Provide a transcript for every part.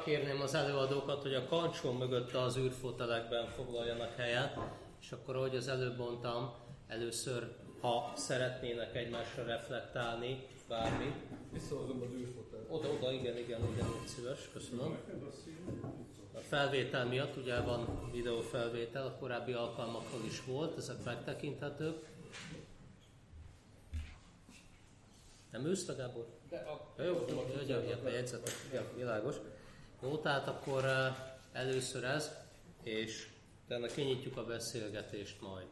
kérném az előadókat, hogy a kancsó mögött az űrfotelekben foglaljanak helyet, és akkor, ahogy az előbb mondtam, először, ha szeretnének egymásra reflektálni, bármi. Visszahozom az űrfoteleket. Oda, igen, légy szíves, köszönöm. A felvétel miatt, ugye van videófelvétel, a korábbi alkalmakról is volt, ezek megtekinthetők. Nem ülsz, Gábor? Jó, jegyzetek, világos. Jó, tehát akkor először ez, és utána kinyitjuk a beszélgetést majd.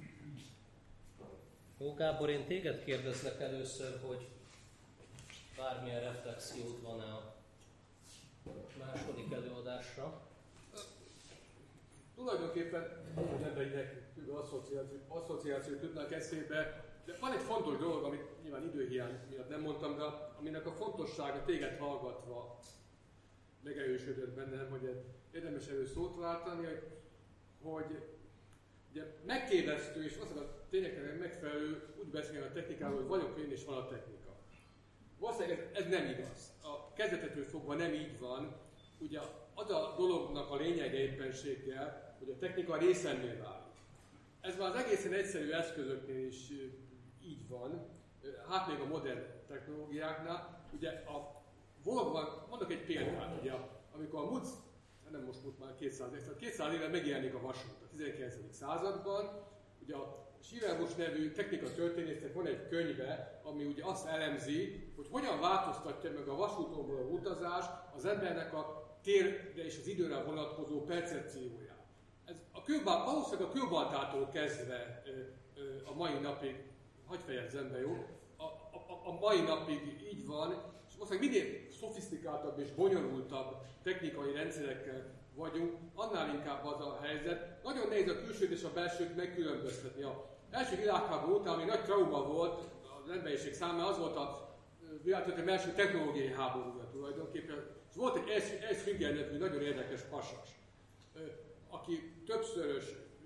Jó, Gábor, én téged kérdezlek először, hogy bármilyen reflexiód van-e a második előadásra? Tulajdonképpen emberinek asszociációk jutnak eszébe, de van egy fontos dolog, amit nyilván időhiány miatt nem mondtam, de aminek a fontossága téged hallgatva megerősödött bennem, hogy érdemes erről szót váltani, hogy ugye megkérdeztő és valószínűleg a tényeknek megfelelő úgy beszélni a technikáról, hogy vagyok én és van a technika. Valószínűleg ez nem igaz. A kezdetetől fogva nem így van. Ugye az a dolognak a lényege éppenséggel, hogy a technika részenné válik. Ez már az egészen egyszerű eszközöknél is így van, hát még a modern technológiáknál. Ugye a Volvo, mondok egy példát, ugye, amikor a nem most már 200 éve megjelenik a vasút a 19. században, ugye a Siverbusch nevű technikatörténésznek van egy könyve, ami ugye azt elemzi, hogy hogyan változtatja meg a vasúton való utazás az embernek a térre és az időre vonatkozó percepcióját. Ez valószínűleg a kőbaltától kezdve a mai napig, hagyj fejezzem be, jó? A mai napig így van, és valószínűleg minél szofisztikáltabb és bonyolultabb technikai rendszerekkel vagyunk, annál inkább az a helyzet. Nagyon nehéz a külsőt és a belsőt megkülönböztetni. Az első világháború után ami nagy trauma volt az emberiség számára, az volt a világtörténelem első technológiai háborúja tulajdonképpen. És volt egy Esfinger nevű nagyon érdekes pasas, aki többszörös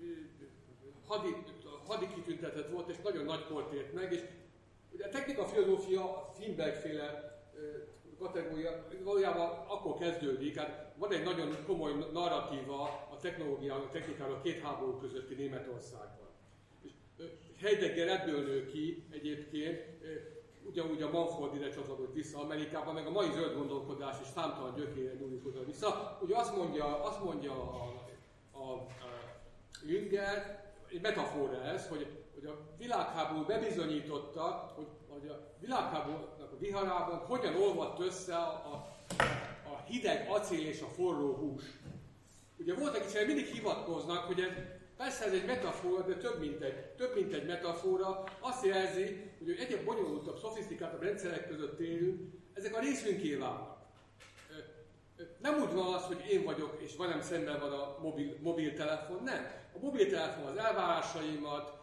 hadikitüntetett volt, és nagyon nagy kort ért meg, és ugye a technika-filozófia Finberg-féle kategória valójában akkor kezdődik, hát van egy nagyon komoly narratíva a technikáról a két háború közötti Németországban. És Heidegger ebből nő ki egyébként, ugyanúgy a Manfordire csatlakozott vissza Amerikában, meg a mai zöld gondolkodás is számtalan gyökére nyúlik oda vissza. Ugye azt mondja a Jünger, egy metafora ez, hogy a világháború bebizonyította, hogy a világháborúnak a viharában hogyan olvadt össze a hideg acél és a forró hús. Ugye voltak is, mindig hivatkoznak, hogy persze ez egy metafora, de több mint egy metafora. Azt jelzi, hogy egyre bonyolultabb, szofisztikáltabb rendszerek között élünk, ezek a részünké válnak. Nem úgy van az, hogy én vagyok, és velem szemben van a mobiltelefon, nem. A mobiltelefon az elvárásaimat,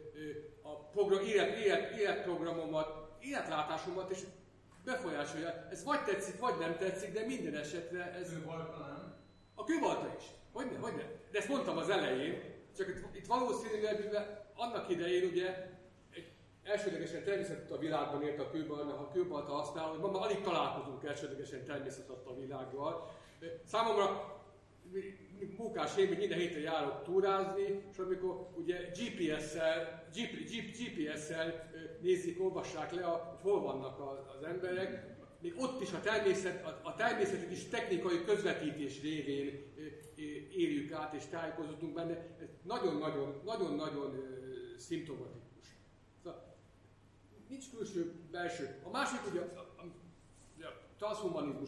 életprogramomat, életlátásomat, és befolyásolja. Ez vagy tetszik, vagy nem tetszik, de minden esetre ez... Kőbalta nem? A kőbalta is. Hogyne. De ezt mondtam az elején, csak itt valószínűleg annak idején ugye elsődlegesen természetet a világban ért a kőbalta használó, hogy ma már alig találkozunk elsődlegesen természetet a világgal. Számomra munkás én, hogy minden héten járok túrázni, és amikor ugye GPS-szel nézik, olvassák le, hogy hol vannak az emberek, még ott is a természetet is technikai közvetítés révén érjük át és tájékozódunk benne. Ez nagyon-nagyon szimptomatikus. Szóval nincs külső, belső. A másik ugye a transhumanizmus.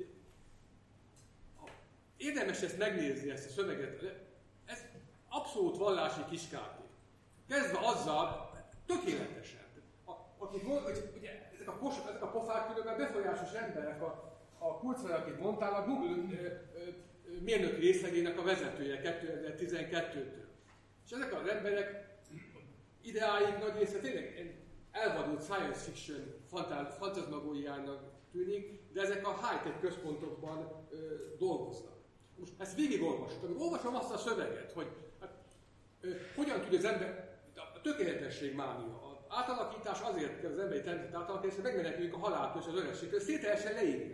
Érdemes ezt megnézni, ezt a szöveget. Ez abszolút vallási kiskártyák. Kezdve azzal, tökéletesen. Akik ugye, ezek a pofák különben befolyásos emberek, a Kurzweil, akit mondtál, a Google mérnöki részlegének a vezetője 2012-től. És ezek az emberek ideáig nagy része tényleg elvadult science fiction fantazmagóriának tűnik, de ezek a high-tech központokban dolgoznak. Most ezt végigolvasom. Olvasom azt a szöveget, hogy hogyan tudja az ember, a tökéletesség mánia, az átalakítás azért kell az emberi természet átalakítani, hogy megmeneküljünk a haláltól és az öregségtől, ezt tételesen leírják. Hát ezt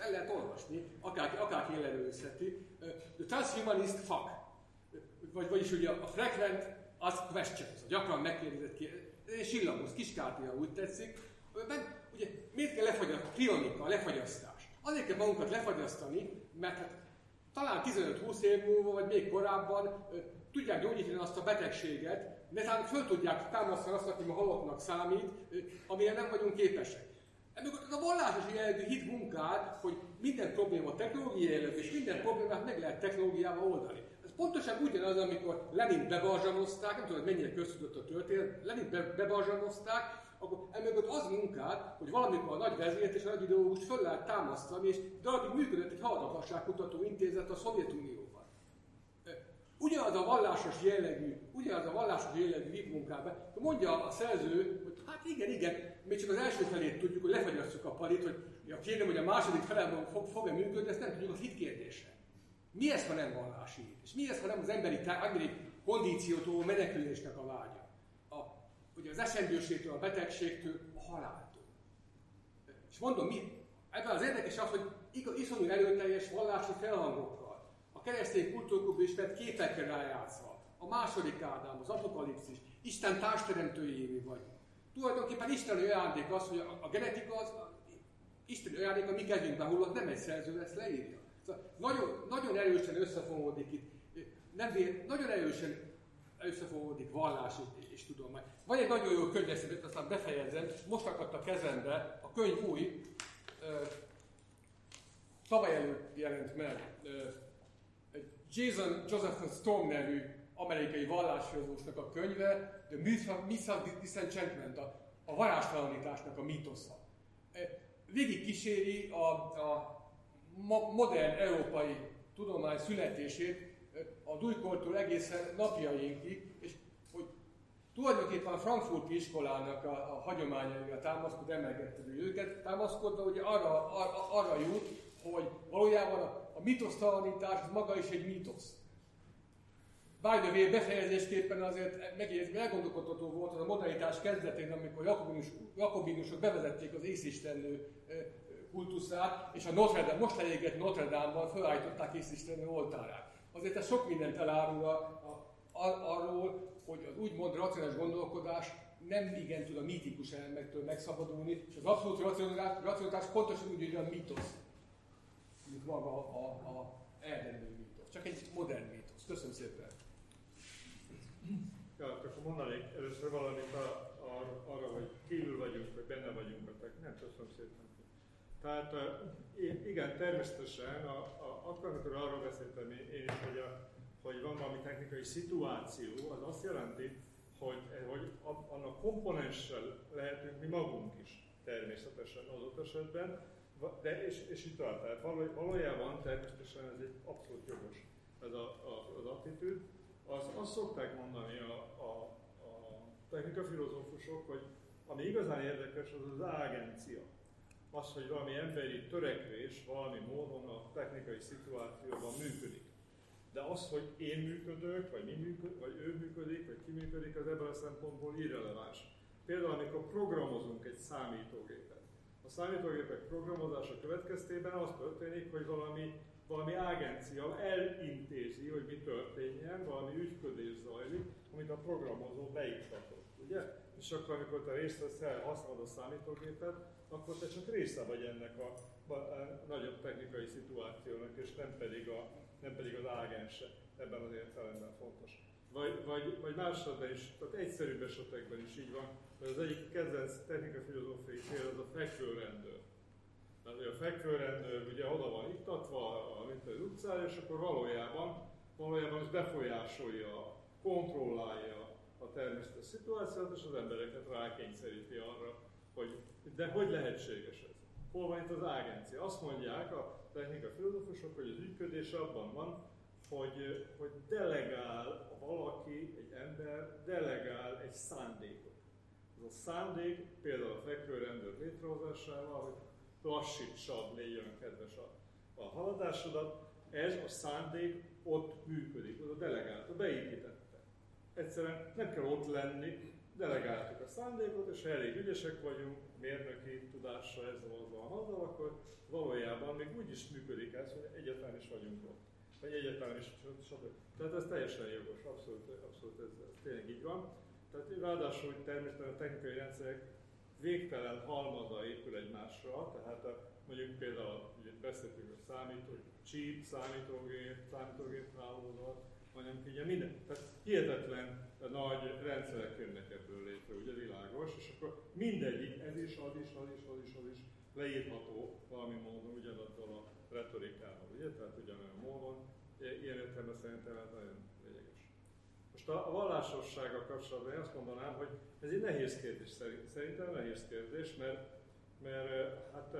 el lehet olvasni, akárki ellenőrizheti. The transhumanist fuck. Vagyis ugye a frequent asked questions, a gyakran megkérdezett kérdés, Sillamus, Kiskárpia úgy tetszik. Ugye miért kell lefagyasztani, krionika, a lefagyasztás? Azért kell magunkat lefagyasztani, mert hát talán 15-20 év múlva, vagy még korábban tudják gyógyítani azt a betegséget, netán föl tudják támasztani azt, aki ma halottnak számít, amire nem vagyunk képesek. Emögött a vallásos jellegű hit munkád, hogy minden probléma technológiai jellegű, és minden problémát meg lehet technológiával oldani. Ez pontosan ugyanaz, amikor Lenint bebarzsanozták, nem tudom, hogy mennyire köztudott a történet, Lenint bebarzsanozták, akkor emögött az munkád, hogy valamikor a nagy vezért és a nagy ideológust föl lehet támasztani, és darabig működött egy hallatlanságkutató intézet a Szovjetunióban. Ugyanaz a vallásos jellegű hitmunkában, mondja a szerző, hogy hát igen, még csak az első felét tudjuk, hogy lefagyasztjuk a palit, hogy ja, kérdem, hogy a második felében fog-e működni, ezt nem tudjuk, az hit kérdése. Mi ez, ha nem vallási hit? És mi ez, ha nem az emberi kondíciótól, menekülésnek a vágya? Ugye az esendőségtől, a betegségtől, a haláltól. És mondom, ebben az érdekes az, hogy iszonyú erőteljes vallási felhangokkal, a keresztény kultúrkóban ismert képekkel rájátszva, a második Ádám, az apokalipszis, Isten társteremtőjévé vagyunk. Tulajdonképpen Isten ajándék az, hogy a genetika az, Isten ajándék a mi kezünkben hullott, nem egy szerző ezt leírja. Szóval nagyon erősen összefonódik itt, nagyon erősen összefonódik vallás és tudomány. Van egy nagyon jó könyveszedett, aztán befejezem, most akadt a kezembe, a könyv új, tavaly előtt jelent meg, Jason Joseph Storm nevű amerikai vallásfilozófusnak a könyve, The Myth of Disenchantment, a varástalanításnak a mítosza. Végig kíséri a modern európai tudomány születését, a dújkortól egészen napjainkig, és hogy tulajdonképpen a frankfurti iskolának a hagyományaira támaszkod, emelgette őket, támaszkodva ugye arra jut, hogy valójában a mítosztalanítás az maga is egy mítosz. By the way, befejezésképpen azért elgondolkodható volt az a modernitás kezdetén, amikor jakobinusok bevezették az észistennő kultuszát, és a most leégett Notre Dame-ban felállították észistennő oltárát. Azért ez sok mindent elárul arról, hogy az úgymond racionális gondolkodás nem igen tud a mítikus elemektől megszabadulni, és az abszolút racionalitás pontosan úgy olyan mítosz, mint maga a eredendő mítosz. Csak egy modern mítosz. Köszönöm szépen! Ja, akkor mondanék először valamit arra, hogy kívül vagyunk, vagy benne vagyunk. Nem, köszönöm szépen. Tehát igen, természetesen, akkor, amikor arról beszéltem én is, hogy van valami technikai szituáció, az azt jelenti, hogy annak komponenssel lehetünk mi magunk is természetesen adott esetben, és itt tovább. Tehát valójában természetesen ez egy abszolút jogos ez az attitűd. Azt szokták mondani a technikafilozófusok, hogy ami igazán érdekes, az az agencia. Az, hogy valami emberi törekvés valami módon a technikai szituációban működik. De az, hogy én működök, vagy ő működik, vagy ki működik, az ebből a szempontból irreleváns. Például, amikor programozunk egy számítógépet. A számítógépek programozása következtében az történik, hogy valami agencia elintézi, hogy mi történjen, valami ügyködés zajlik, amit a programozó beiktatott, ugye? És akkor, amikor te részt veszel, használod a számítógépet, akkor te csak része vagy ennek a nagyobb technikai szituációnak, és nem pedig az ágense. Ebben az értelemben fontos. Vagy más esetben is, tehát egyszerűbb esetekben is így van, hogy az egyik kedvenc technikafilozófiai cél az a fekvőrendőr. Tehát a fekvőrendőr ugye oda van iktatva, mint az utcára, és akkor valójában ez befolyásolja, kontrollálja a természetes szituációt, és az embereket rákényszeríti arra, de hogy lehetséges ez? Hol van itt az agencia? Azt mondják a technikafilozófusok, hogy az ügyködés abban van, hogy delegál valaki, egy ember delegál egy szándékot. Ez a szándék például a fekvőrendőr létrehozásával, hogy lassítsad, légy kedves a haladásodat, ez a szándék ott működik, az a delegálta, beépítette. Egyszerűen nem kell ott lenni, delegáltuk a szándékot, és ha elég ügyesek vagyunk, mérnöki tudással, ezzel azzal, akkor valójában még úgy is működik ez, hogy egyáltalán is vagyunk ott. Vagy egyáltalán is, stb. Tehát ez teljesen jogos, abszolút ez tényleg így van. Tehát ráadásul természetesen a technikai rendszerek végtelen halmaza épül egymásra, tehát mondjuk például beszéltünk a chip, számítógép hálózat, hanem ugye minden. Tehát hihetetlen nagy rendszerek jönnek ebből létre, ugye világos, és akkor mindegyik, ez is leírható valami módon ugyanazzal a retorikával, ugye? Tehát ugyanolyan módon, ilyen értelemben szerintem ez nagyon lényeges. Most a vallásossággal kapcsolatban én azt mondanám, hogy ez egy nehéz kérdés szerintem, nehéz kérdés, mert hát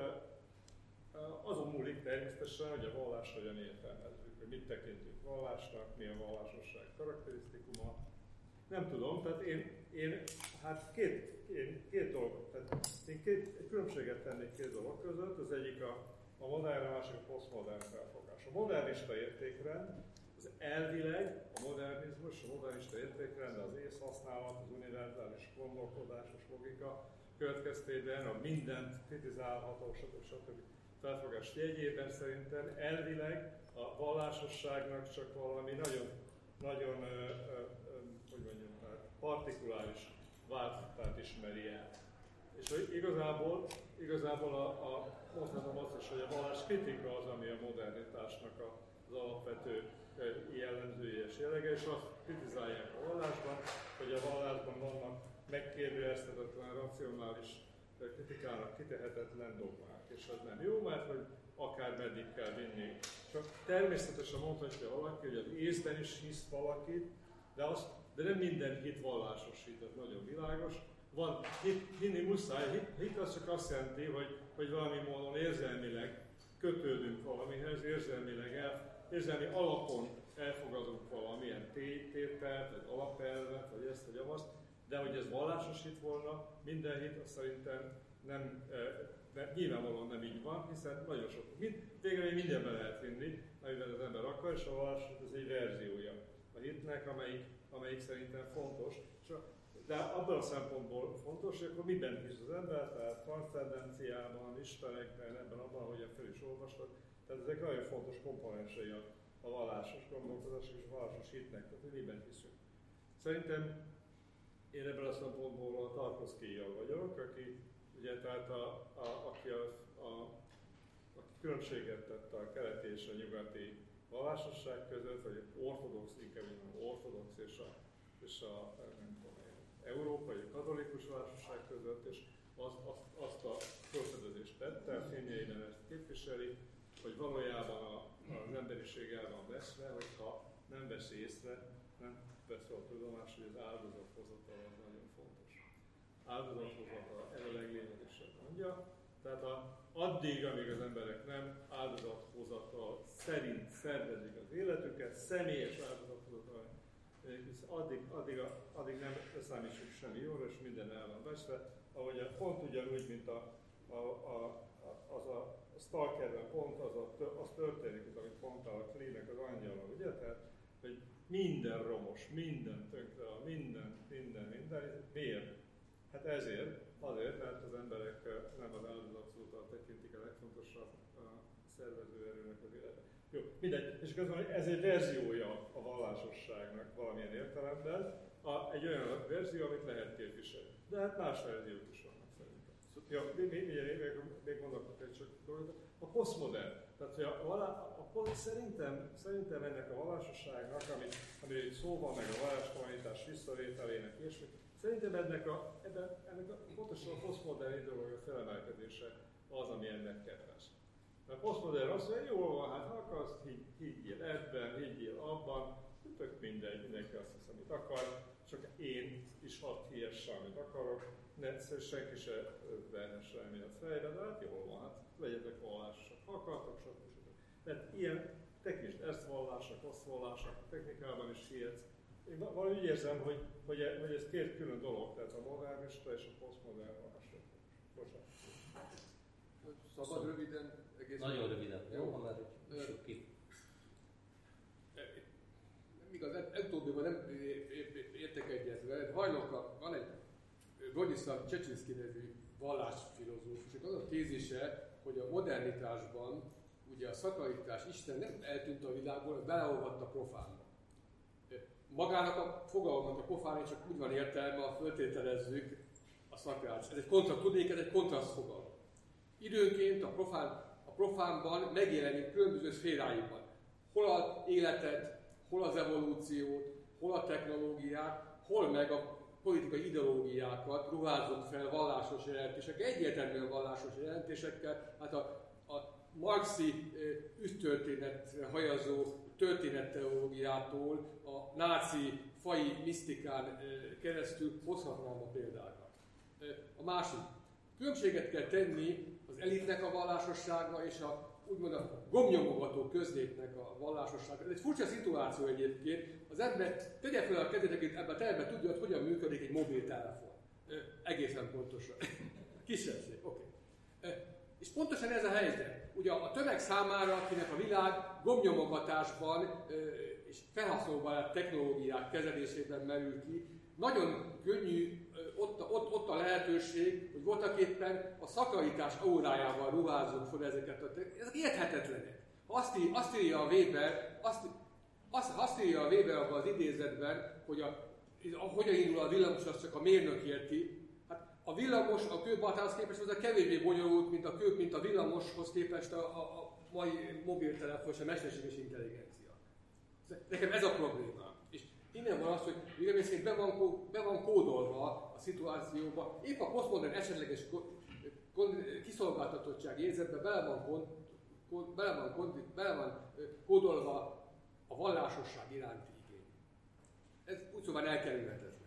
azon múlik természetesen, hogy a vallást hogyan értelmezzük, hogy mit tekintünk vallásnak, mi a vallásosság karakterisztikuma. Nem tudom, tehát én hát két dolog, tehát én két különbséget tennék két dolog között, az egyik a modern, a másik a posztmodern felfogás. A modernista értékrend, az elvileg a modernizmus, a modernista értékrend, az észhasználat, az univerzális gondolkodásos logika következtében a mindent kritizálható, stb. Felfogás jegyében szerintem elvileg a vallásosságnak csak valami nagyon hogy mondjam, partikuláris változatát ismeri el. És hogy igazából mondhatom azt is, hogy a vallás kritika az, ami a modernitásnak az alapvető jellemzője és jellege, és azt kritizálják a vallásban, hogy a vallásban vannak megkérdőjelezhetetlen, racionális, kritikának kitehetetlen dogmák, és az nem jó, mert hogy akár meddig kell vinni. Csak természetesen mondhatja valaki, hogy az észben is hisz valakit, de nem minden hit vallásos hit, ez nagyon világos. Van hinni muszáj, hit az csak azt jelenti, hogy valami módon érzelmileg kötődünk valamihez, érzelmi alapon elfogadunk valamilyen tételt, vagy alapelvet, vagy ezt, vagy azt, de hogy ez vallásos hit volna, minden hit, azt szerintem nyilvánvalóan nem így van, hiszen nagyon sok, végre mindenben lehet vinni, amiben az ember akar, és a vallás ez egy verziója a hitnek, amelyik szerintem fontos. De abban a szempontból fontos, hogy akkor miben hisz az ember, tehát transzcendenciában, istenekben, ebben abban, ahogyan fel is olvastad. Tehát ezek nagyon fontos komponensei a vallásos gondolkodás és a vallásos hitnek, tehát hogy miben hiszünk. Szerintem én ebből a szempontból a Tarkovszkijjal vagyok, aki ugye tehát aki különbséget tett a keleti és a nyugati vallásosság között, vagy ortodox, inkább ortodox és a nem tudom, európai katolikus vallásosság között, és azt a fölfedezést tette, a filmjeiben ezt képviseli, hogy valójában az emberiség el van veszve, hogyha nem vesz észre, nem vesz a tudomás, hogy az áldozathozatal az nagyon fontos. Áldozathozatal, ez a leglényegesebb mondja. Tehát addig, amíg az emberek nem áldozathozatal szerint szervezik az életüket, személyes áldozathozatal, addig nem számítsuk semmi jóra, és minden el van veszve. Ahogy pont ugyanúgy, mint a Stalkerben pont az történik, amit mondtál a Klee-nek az angyala, ugye? Tehát, hogy minden romos, minden tönkre, minden. Miért? Hát azért, mert az emberek nem az áldozathozatal tekintik a legfontosabb szervező erőnek az életben. Jó, mindegy. És közben ez egy verziója a vallásosságnak valamilyen értelemben, egy olyan verzió, amit lehet képviselni. De hát más verziók is vannak szerintem. Ja, még mondok egy csak dolgot. A posztmodern. Tehát, hogy szerintem ennek a vallásosságnak, amiről szó van, meg a vallástalanítás visszavételének és szerintem ennek pontosan a posztmodern ideológia felemelkedése az, ami ennek kedves. Mert a posztmodern azt mondja, jól van, hát ha akarsz, higgyél ebben, higgyél abban, tök mindegy, mindenki azt hisz, amit akar, csak én is hadd hihesse, amit akarok, senki se verhesse el a fejre, de hát jól van, hát legyetek vallásosak, ha akartok, stb. Tehát ilyen tekintsd ezt vallásnak, azt vallásnak, a technikában is hihetsz. Én valahogy úgy érzem, hogy ez két külön dolog, tehát a modernista és a posztmodern vallások. Bocsánat. Szabad röviden, egész nagyon röviden. Jó, ha már sok itt. Igaz, utóbbiban nem értek egyet veled. Hajnalka, van egy Bronislaw Csecszinszky nevű vallásfilozófusnak az a tézise, hogy a modernitásban ugye a szakralitás Isten nem eltűnt a világból, beleolvadt a profánba. Magának a fogalomnak a profán csak úgy van értelme, ha föltételezzük a szakrális. Ez egy kontraszt fogalom. Időnként a profánban megjelenik különböző szféráiban. Hol az életet, hol az evolúciót, hol a technológiát, hol meg a politikai ideológiákat ruházott fel vallásos jelentésekkel, egyértelműen vallásos jelentésekkel. Hát a marxi ügytörténetre hajazó történetteológiától a náci faji misztikán keresztül hozhatnám a példákat. A másik. Különbséget kell tenni az elitnek a vallásossága és úgymond a gomnyomogató közlétnek a vallásossága. Ez egy furcsa szituáció egyébként. Az ember tegye fel a kezét, ebben a teremben tudja, hogy hogyan működik egy mobiltelefon. Egészen pontosan. Kisebbség, oké. És pontosan ez a helyzet. Ugye a tömeg számára, akinek a világ gomnyomogatásban és felhasználóbarát technológiák kezelésében merül ki, nagyon könnyű ott a lehetőség, hogy voltaképpen a szakralitás aurájával ruházzuk fel ezeket ezek érthetetlenek. Azt írja a Weber abban az idézetben, hogy hogyan indul a villamos, azt csak a mérnök érti. Hát a villamos a kőbaltához képest az a kevésbé bonyolult, mint a villamoshoz képest a mai mobiltelefon és a mesterséges intelligencia. Nekem ez a probléma. És innen van az, hogy véleményszerint be van kódolva a szituációba, épp a posztmodern esetleges kiszolgáltatottság érzetben bele van kódolva a vallásosság iránti igény. Ez úgy szóval elkerülhetetlen.